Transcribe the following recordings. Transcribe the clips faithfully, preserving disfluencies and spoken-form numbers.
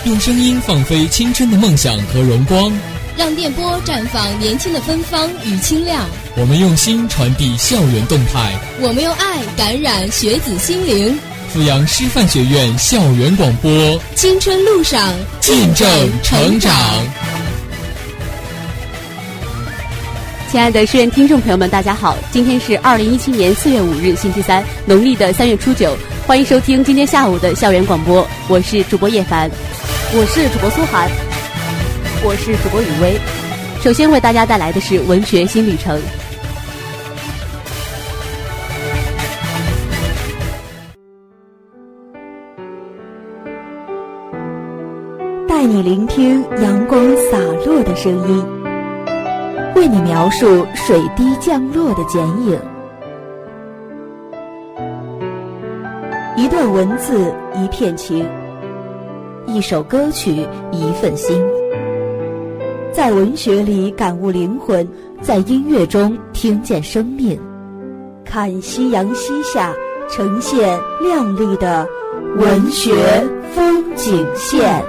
用声音放飞青春的梦想和荣光， 让电波绽放年轻的芬芳与清亮。 我们用心传递校园动态， 我们用爱感染学子心灵。 阜阳师范学院校园广播， 青春路上见证成长。 亲爱的师院听众朋友们，大家好，今天是二零一七年四月五日星期三，农历的三月初九，欢迎收听今天下午的校园广播，我是主播叶凡， 我是主播苏涵， 我是主播雨薇。首先为大家带来的是文学新旅程。 带你聆听阳光洒落的声音，为你描述水滴降落的剪影。一段文字，一片情；一首歌曲，一份心。在文学里感悟灵魂，在音乐中听见生命。看夕阳西下，呈现亮丽的文学风景线。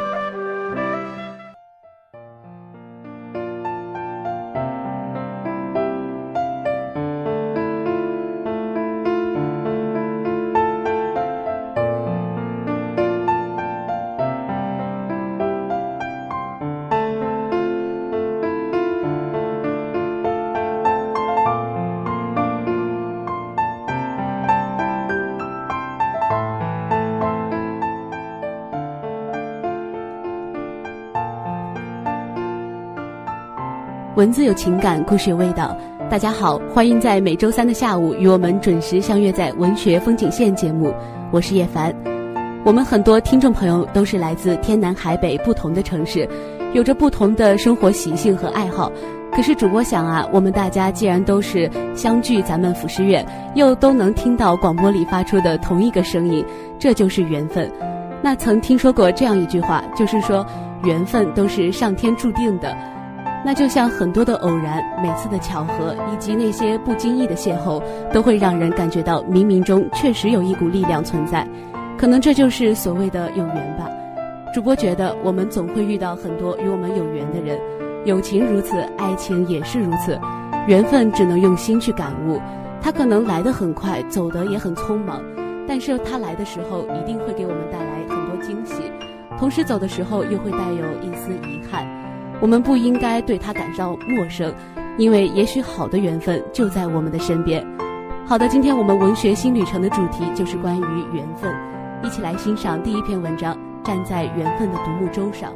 文字有情感，故事有味道。大家好，欢迎在每周三的下午与我们准时相约在文学风景线节目，我是叶凡。我们很多听众朋友都是来自天南海北不同的城市，有着不同的生活习性和爱好。可是主播想啊，我们大家既然都是相聚咱们阜师院，又都能听到广播里发出的同一个声音，这就是缘分。那曾听说过这样一句话，就是说缘分都是上天注定的。那就像很多的偶然，每次的巧合，以及那些不经意的邂逅，都会让人感觉到冥冥中确实有一股力量存在。可能这就是所谓的有缘吧。主播觉得我们总会遇到很多与我们有缘的人，友情如此，爱情也是如此。缘分只能用心去感悟，它可能来得很快，走得也很匆忙，但是它来的时候一定会给我们带来很多惊喜，同时走的时候又会带有一丝遗憾。我们不应该对它感到陌生，因为也许好的缘分就在我们的身边。好的，今天我们文学新旅程的主题就是关于缘分，一起来欣赏第一篇文章，站在缘分的独木舟上。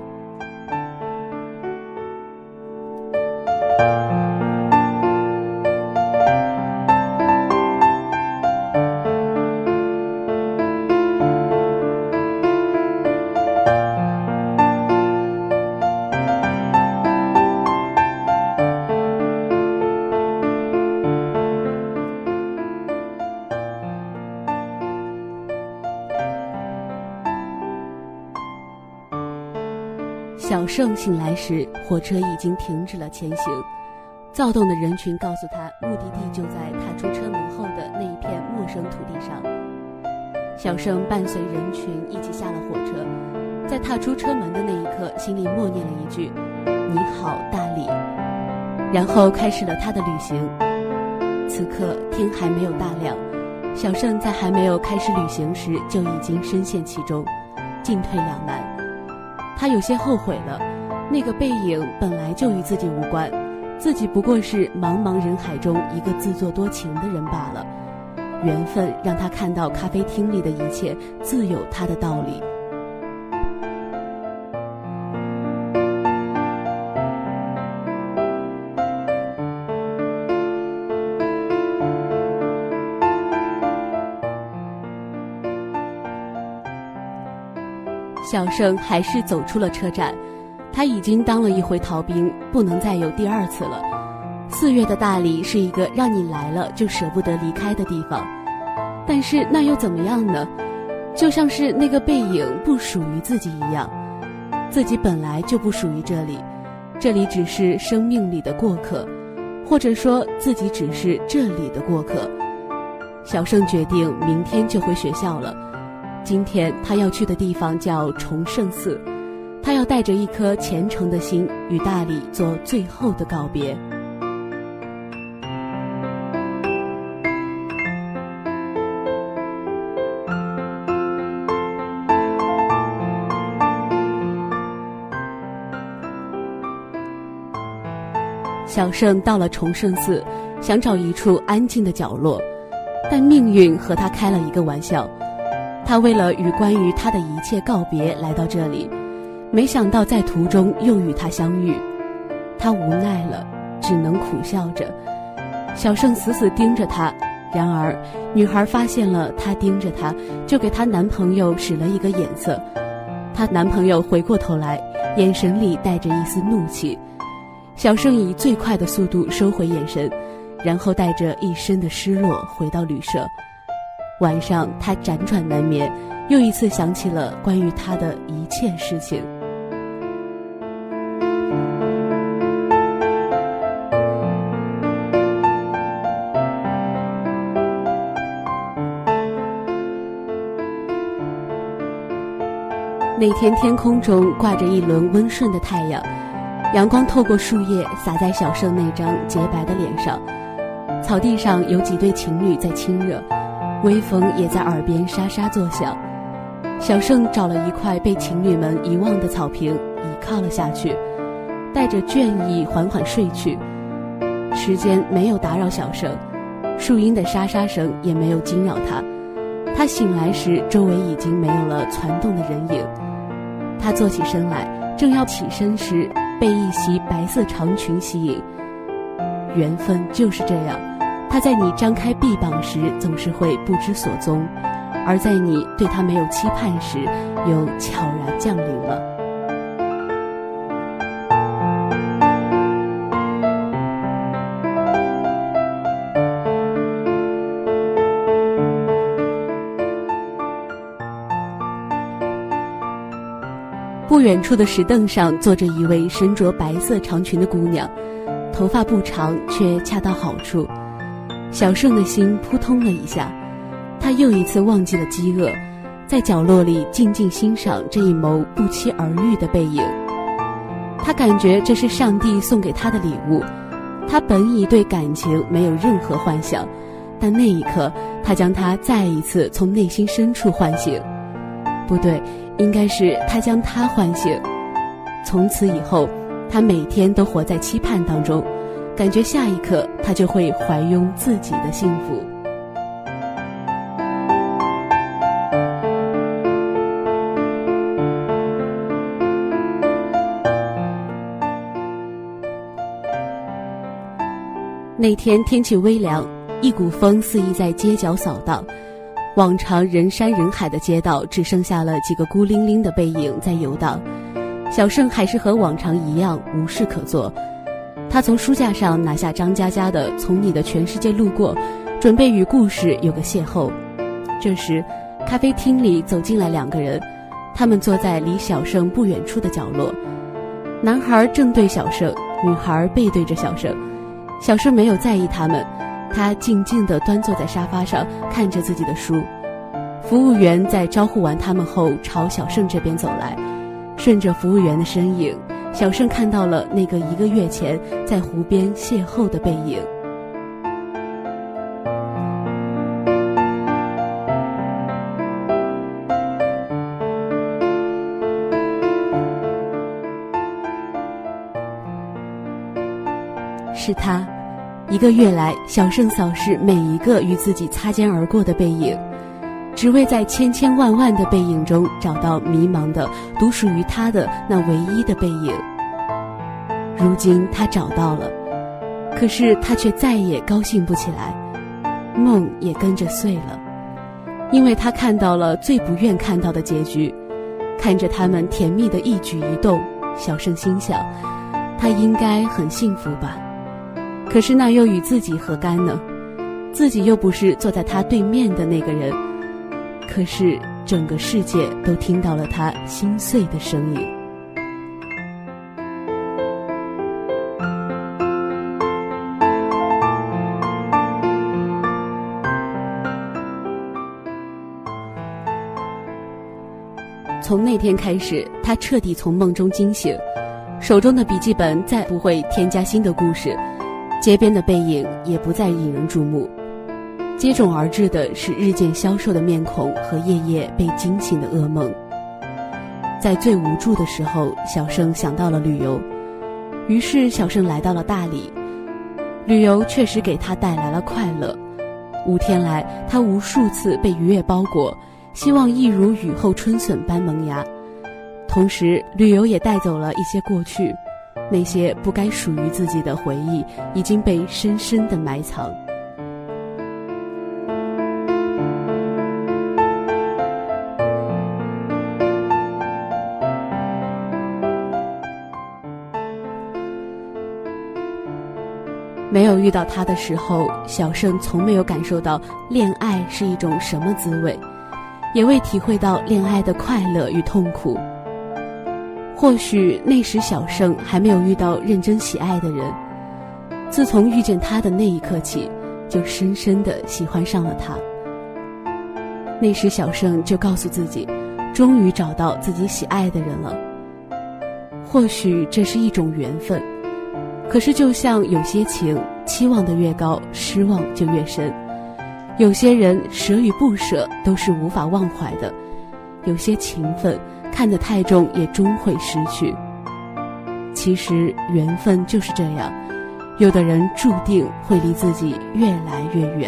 小盛醒来时，火车已经停止了前行，躁动的人群告诉他，目的地就在踏出车门后的那一片陌生土地上。小盛伴随人群一起下了火车，在踏出车门的那一刻，心里默念了一句“你好，大理”，然后开始了他的旅行。此刻天还没有大亮，小盛在还没有开始旅行时就已经深陷其中，进退两难。他有些后悔了，那个背影本来就与自己无关，自己不过是茫茫人海中一个自作多情的人罢了。缘分让他看到咖啡厅里的一切自有它的道理。小盛还是走出了车站，他已经当了一回逃兵，不能再有第二次了。四月的大理是一个让你来了就舍不得离开的地方，但是那又怎么样呢？就像是那个背影不属于自己一样，自己本来就不属于这里，这里只是生命里的过客，或者说自己只是这里的过客。小盛决定明天就回学校了。今天他要去的地方叫崇圣寺， 他要带着一颗虔诚的心与大理做最后的告别。小胜到了崇圣寺，想找一处安静的角落，但命运和他开了一个玩笑。他为了与关于他的一切告别来到这里，没想到在途中又与他相遇。他无奈了，只能苦笑着。小胜死死盯着他，然而女孩发现了他盯着她，就给她男朋友使了一个眼色。她男朋友回过头来，眼神里带着一丝怒气。小胜以最快的速度收回眼神，然后带着一身的失落回到旅社。晚上他辗转难眠，又一次想起了关于他的一切事情。那天天空中挂着一轮温顺的太阳，阳光透过树叶洒在小胜那张洁白的脸上。草地上有几对情侣在亲热，微风也在耳边沙沙作响。小胜找了一块被情侣们遗忘的草坪，倚靠了下去，带着倦意缓缓睡去。时间没有打扰小胜，树荫的沙沙声也没有惊扰他。他醒来时，周围已经没有了攒动的人影。他坐起身来，正要起身时，被一袭白色长裙吸引。缘分就是这样，他在你张开臂膀时总是会不知所踪，而在你对他没有期盼时，又悄然降临了。不远处的石凳上坐着一位身着白色长裙的姑娘，头发不长，却恰到好处。小胜的心扑通了一下，他又一次忘记了饥饿，在角落里静静欣赏这一眸不期而遇的背影。他感觉这是上帝送给他的礼物。他本已对感情没有任何幻想，但那一刻，他将它再一次从内心深处唤醒。不对，应该是他将它唤醒。从此以后，他每天都活在期盼当中，感觉下一刻他就会怀拥自己的幸福。那天天气微凉，一股风肆意在街角扫荡。往常人山人海的街道只剩下了几个孤零零的背影在游荡。小胜还是和往常一样无事可做，他从书架上拿下张嘉佳的《从你的全世界路过》，准备与故事有个邂逅。这时咖啡厅里走进来两个人，他们坐在离小胜不远处的角落。男孩正对小胜，女孩背对着小胜。小胜没有在意他们，他静静地端坐在沙发上，看着自己的书。服务员在招呼完他们后，朝小胜这边走来。顺着服务员的身影，小胜看到了那个一个月前在湖边邂逅的背影。是他。一个月来，小胜扫视每一个与自己擦肩而过的背影，只为在千千万万的背影中找到迷茫的独属于他的那唯一的背影。如今他找到了，可是他却再也高兴不起来，梦也跟着碎了，因为他看到了最不愿看到的结局。看着他们甜蜜的一举一动，小胜心想，他应该很幸福吧。可是那又与自己何干呢？自己又不是坐在他对面的那个人。可是整个世界都听到了他心碎的声音。 从那天开始，他彻底从梦中惊醒，手中的笔记本再不会添加新的故事，街边的背影也不再引人注目，接踵而至的是日渐消瘦的面孔和夜夜被惊醒的噩梦。在最无助的时候，小盛想到了旅游，于是小盛来到了大理。旅游确实给他带来了快乐，五天来他无数次被愉悦包裹，希望一如雨后春笋般萌芽。同时旅游也带走了一些过去，那些不该属于自己的回忆已经被深深地埋藏。没有遇到他的时候，小盛从没有感受到恋爱是一种什么滋味，也未体会到恋爱的快乐与痛苦。或许那时小盛还没有遇到认真喜爱的人，自从遇见他的那一刻起，就深深地喜欢上了他。那时小盛就告诉自己，终于找到自己喜爱的人了。或许这是一种缘分，可是就像有些情，期望的越高，失望就越深。有些人舍与不舍都是无法忘怀的，有些情分看得太重也终会失去。其实缘分就是这样，有的人注定会离自己越来越远。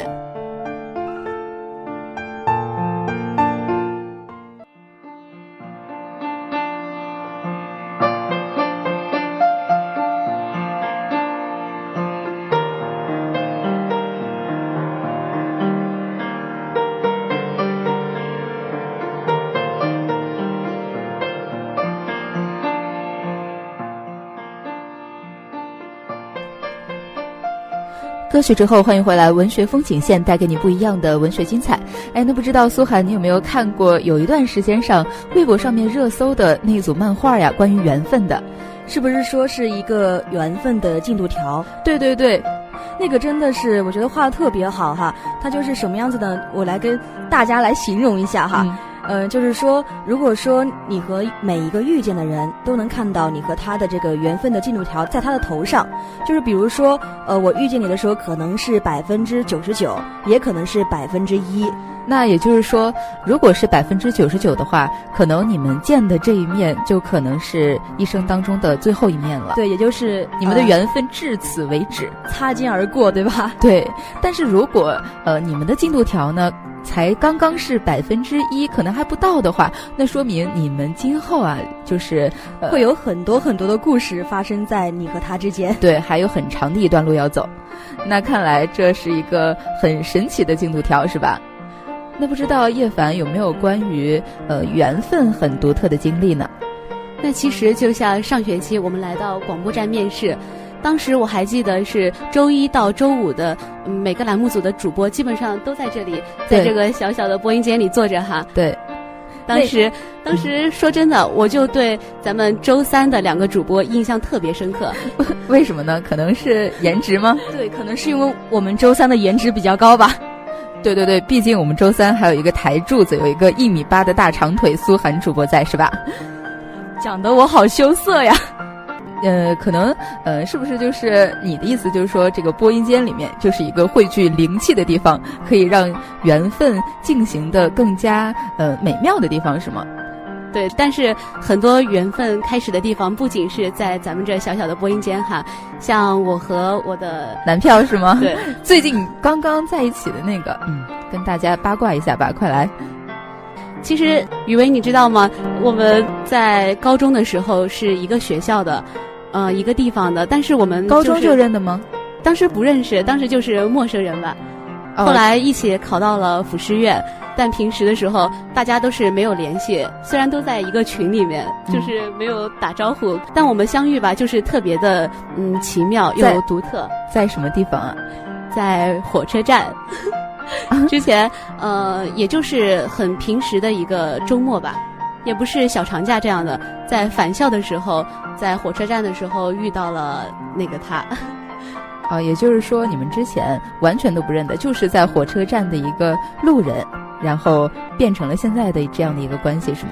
歌曲之后，欢迎回来，文学风景线带给你不一样的文学精彩。哎，那不知道苏涵你有没有看过有一段时间上微博上面热搜的那一组漫画呀，关于缘分的， 是不是说是一个缘分的进度条？ 对对对， 那个真的是我觉得画得特别好哈。它就是什么样子的，我来跟大家来形容一下哈。嗯呃，就是说，如果说你和每一个遇见的人都能看到你和他的这个缘分的进度条在他的头上，就是比如说，呃，我遇见你的时候可能是百分之九十九，也可能是百分之一。 那也就是说，如果是百分之九十九的话，可能你们见的这一面就可能是一生当中的最后一面了。 对，也就是你们的缘分至此为止， 呃、擦肩而过，对吧？ 对。但是如果呃你们的进度条呢？才刚刚是百分之一，可能还不到的话，那说明你们今后啊，就是、 呃、会有很多很多的故事发生在你和他之间。 对，还有很长的一段路要走。那看来这是一个很神奇的进度条，是吧？那不知道叶凡有没有关于呃缘分很独特的经历呢？ 那其实就像上学期我们来到广播站面试。当时我还记得是周一到周五的、嗯、每个栏目组的主播基本上都在这里，在这个小小的播音间里坐着哈。 对， 当时当时说真的，我就对咱们周三的两个主播印象特别深刻。 为什么呢？可能是颜值吗？ 对，可能是因为我们周三的颜值比较高吧。 对对对，毕竟我们周三还有一个台柱子，有一个一米八的大长腿苏涵主播在，是吧？ 讲得我好羞涩呀。 呃，可能呃，是不是就是你的意思，就是说这个播音间里面就是一个汇聚灵气的地方，可以让缘分进行的更加呃美妙的地方，是吗？ 对，但是很多缘分开始的地方不仅是在咱们这小小的播音间哈，像我和我的男票是吗？ 对， 最近刚刚在一起的那个，嗯，跟大家八卦一下吧，快来。 其实雨薇你知道吗？我们在高中的时候是一个学校的，呃，一个地方的，但是我们、就是、 高中就认的吗？ 当时不认识，当时就是陌生人吧。 哦、 后来一起考到了辅师院，但平时的时候大家都是没有联系，虽然都在一个群里面，就是没有打招呼，嗯、但我们相遇吧，就是特别的嗯奇妙又独特。 在什么地方啊？ 在火车站。之前呃也就是很平时的一个周末吧，也不是小长假这样的，在返校的时候，在火车站的时候遇到了那个他。 啊、哦，也就是说你们之前完全都不认得，就是在火车站的一个路人，然后变成了现在的这样的一个关系，是吗？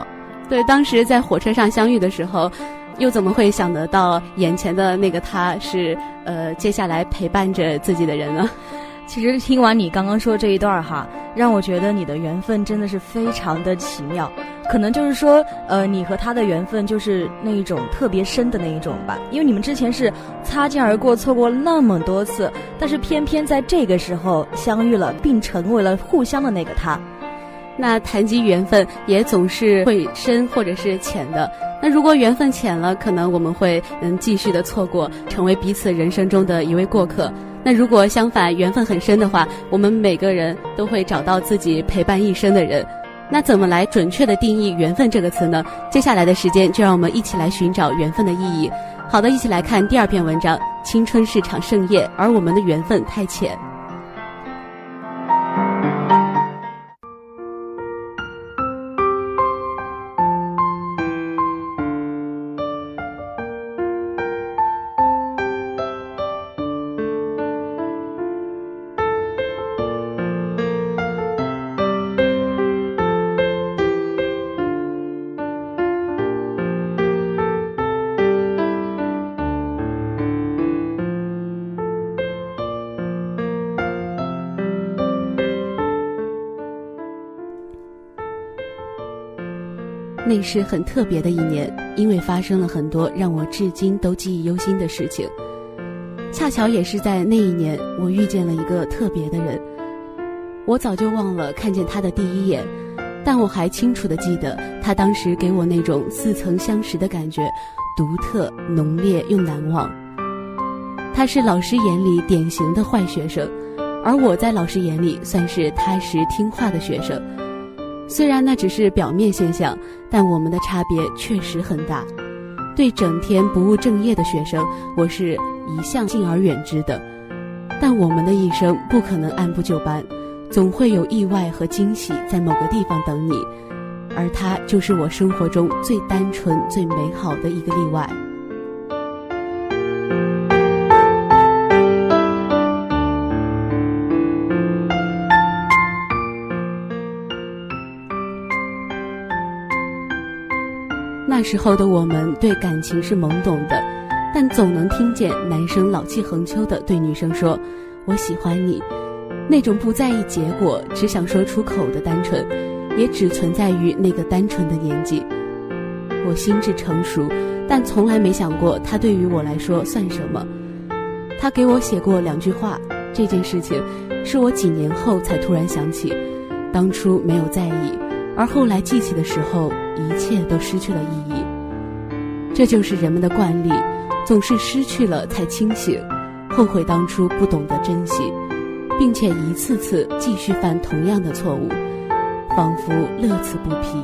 对，当时在火车上相遇的时候，又怎么会想得到眼前的那个他是呃接下来陪伴着自己的人呢？ 其实听完你刚刚说这一段哈，让我觉得你的缘分真的是非常的奇妙。可能就是说，呃，你和他的缘分就是那一种特别深的那一种吧，因为你们之前是擦肩而过，错过那么多次，但是偏偏在这个时候相遇了，并成为了互相的那个他。 那谈及缘分，也总是会深或者是浅的。那如果缘分浅了，可能我们会嗯继续的错过，成为彼此人生中的一位过客。那如果相反，缘分很深的话，我们每个人都会找到自己陪伴一生的人。那怎么来准确的定义缘分这个词呢？接下来的时间就让我们一起来寻找缘分的意义。好的，一起来看第二篇文章，青春是场盛宴，而我们的缘分太浅。那是很特别的一年，因为发生了很多让我至今都记忆犹新的事情。恰巧也是在那一年，我遇见了一个特别的人。我早就忘了看见他的第一眼，但我还清楚地记得他当时给我那种似曾相识的感觉，独特、浓烈又难忘。他是老师眼里典型的坏学生，而我在老师眼里算是踏实听话的学生。虽然那只是表面现象，但我们的差别确实很大。对整天不务正业的学生，我是一向敬而远之的。但我们的一生不可能按部就班，总会有意外和惊喜在某个地方等你，而他就是我生活中最单纯、最美好的一个例外。那时候的我们对感情是懵懂的，但总能听见男生老气横秋地对女生说我喜欢你，那种不在意结果只想说出口的单纯，也只存在于那个单纯的年纪。我心智成熟，但从来没想过他对于我来说算什么。他给我写过两句话，这件事情是我几年后才突然想起，当初没有在意，而后来记起的时候，一切都失去了意义。这就是人们的惯例，总是失去了才清醒，后悔当初不懂得珍惜，并且一次次继续犯同样的错误，仿佛乐此不疲。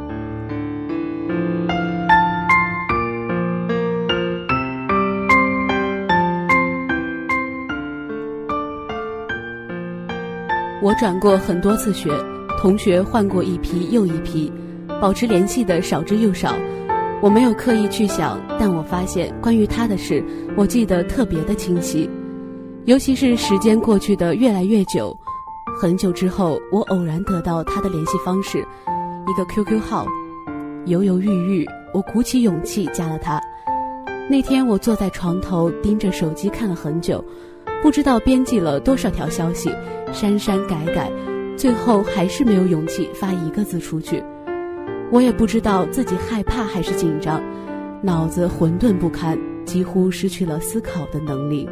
我转过很多次学，同学换过一批又一批，保持联系的少之又少。我没有刻意去想，但我发现关于他的事，我记得特别的清晰。尤其是时间过去的越来越久，很久之后，我偶然得到他的联系方式，一个 Q Q 号，犹犹豫豫，我鼓起勇气加了他。那天我坐在床头盯着手机看了很久，不知道编辑了多少条消息，删删改改，最后还是没有勇气发一个字出去。我也不知道自己害怕还是紧张，脑子混沌不堪，几乎失去了思考的能力。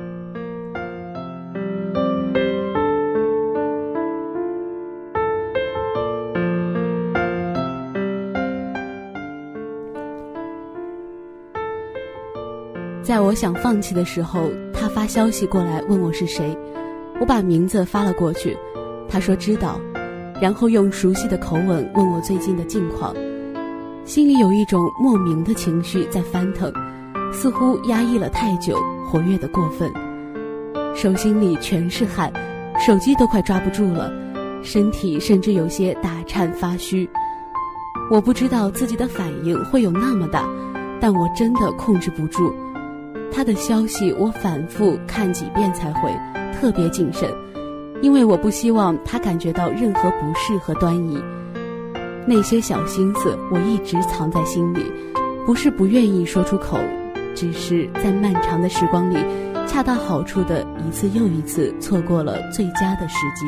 在我想放弃的时候，他发消息过来问我是谁，我把名字发了过去，他说知道，然后用熟悉的口吻问我最近的近况。心里有一种莫名的情绪在翻腾，似乎压抑了太久，活跃得过分。手心里全是汗，手机都快抓不住了，身体甚至有些打颤发虚。我不知道自己的反应会有那么大，但我真的控制不住。他的消息我反复看几遍才回，特别谨慎，因为我不希望他感觉到任何不适和端倪。 那些小心思我一直藏在心里，不是不愿意说出口，只是在漫长的时光里，恰到好处的一次又一次错过了最佳的时机。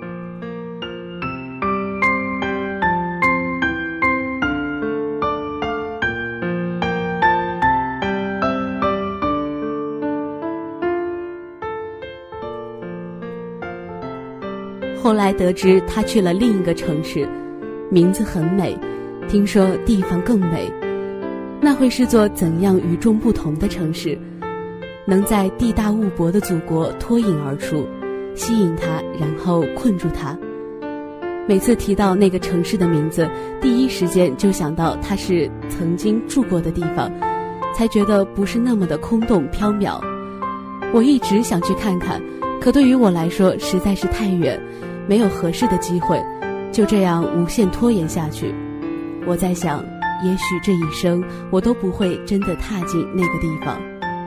后来得知他去了另一个城市，名字很美，听说地方更美。那会是座怎样与众不同的城市，能在地大物博的祖国脱颖而出，吸引他，然后困住他。每次提到那个城市的名字，第一时间就想到他是曾经住过的地方，才觉得不是那么的空洞缥缈。我一直想去看看，可对于我来说实在是太远，没有合适的机会，就这样无限拖延下去。我在想，也许这一生我都不会真的踏进那个地方。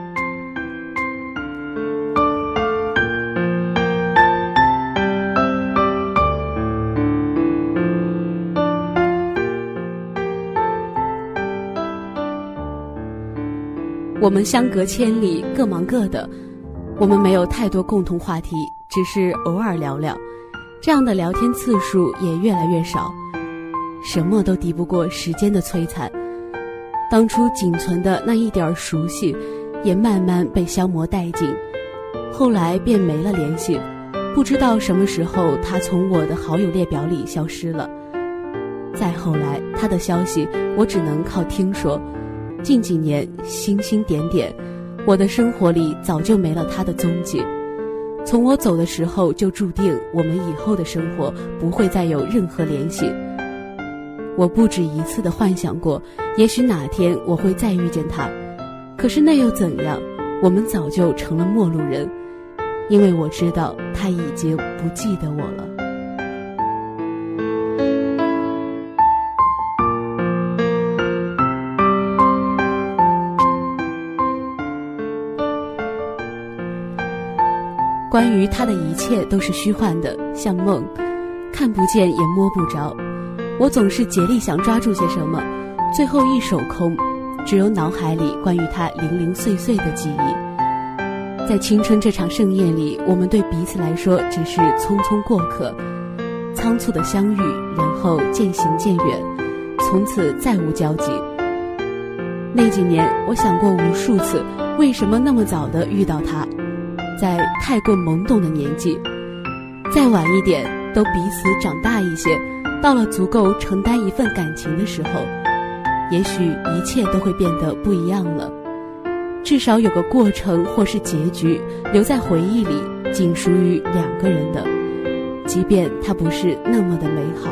我们相隔千里，各忙各的，我们没有太多共同话题，只是偶尔聊聊，这样的聊天次数也越来越少，什么都敌不过时间的摧残。当初仅存的那一点熟悉，也慢慢被消磨殆尽，后来便没了联系，不知道什么时候他从我的好友列表里消失了。再后来，他的消息我只能靠听说。近几年星星点点，我的生活里早就没了他的踪迹。从我走的时候就注定我们以后的生活不会再有任何联系。我不止一次地幻想过，也许哪天我会再遇见他，可是那又怎样？我们早就成了陌路人，因为我知道他已经不记得我了。关于他的一切都是虚幻的，像梦，看不见也摸不着。我总是竭力想抓住些什么，最后一手空，只有脑海里关于他零零碎碎的记忆。在青春这场盛宴里，我们对彼此来说只是匆匆过客，仓促的相遇，然后渐行渐远，从此再无交集。那几年我想过无数次，为什么那么早地遇到他，在太过懵懂的年纪，再晚一点都彼此长大一些，到了足够承担一份感情的时候，也许一切都会变得不一样了。至少有个过程或是结局留在回忆里，仅属于两个人的，即便它不是那么的美好。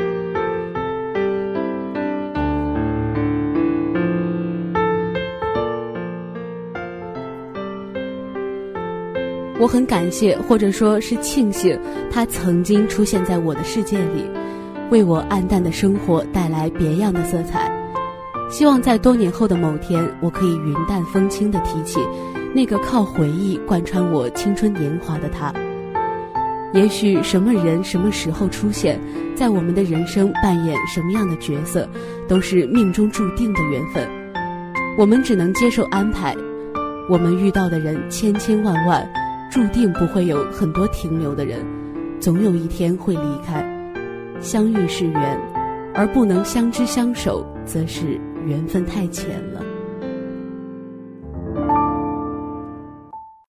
我很感谢，或者说是庆幸，他曾经出现在我的世界里，为我暗淡的生活带来别样的色彩。希望在多年后的某天，我可以云淡风轻地提起那个靠回忆贯穿我青春年华的他。也许什么人什么时候出现，在我们的人生扮演什么样的角色，都是命中注定的缘分，我们只能接受安排。我们遇到的人千千万万，注定不会有很多停留的人，总有一天会离开。相遇是缘，而不能相知相守，则是缘分太浅了。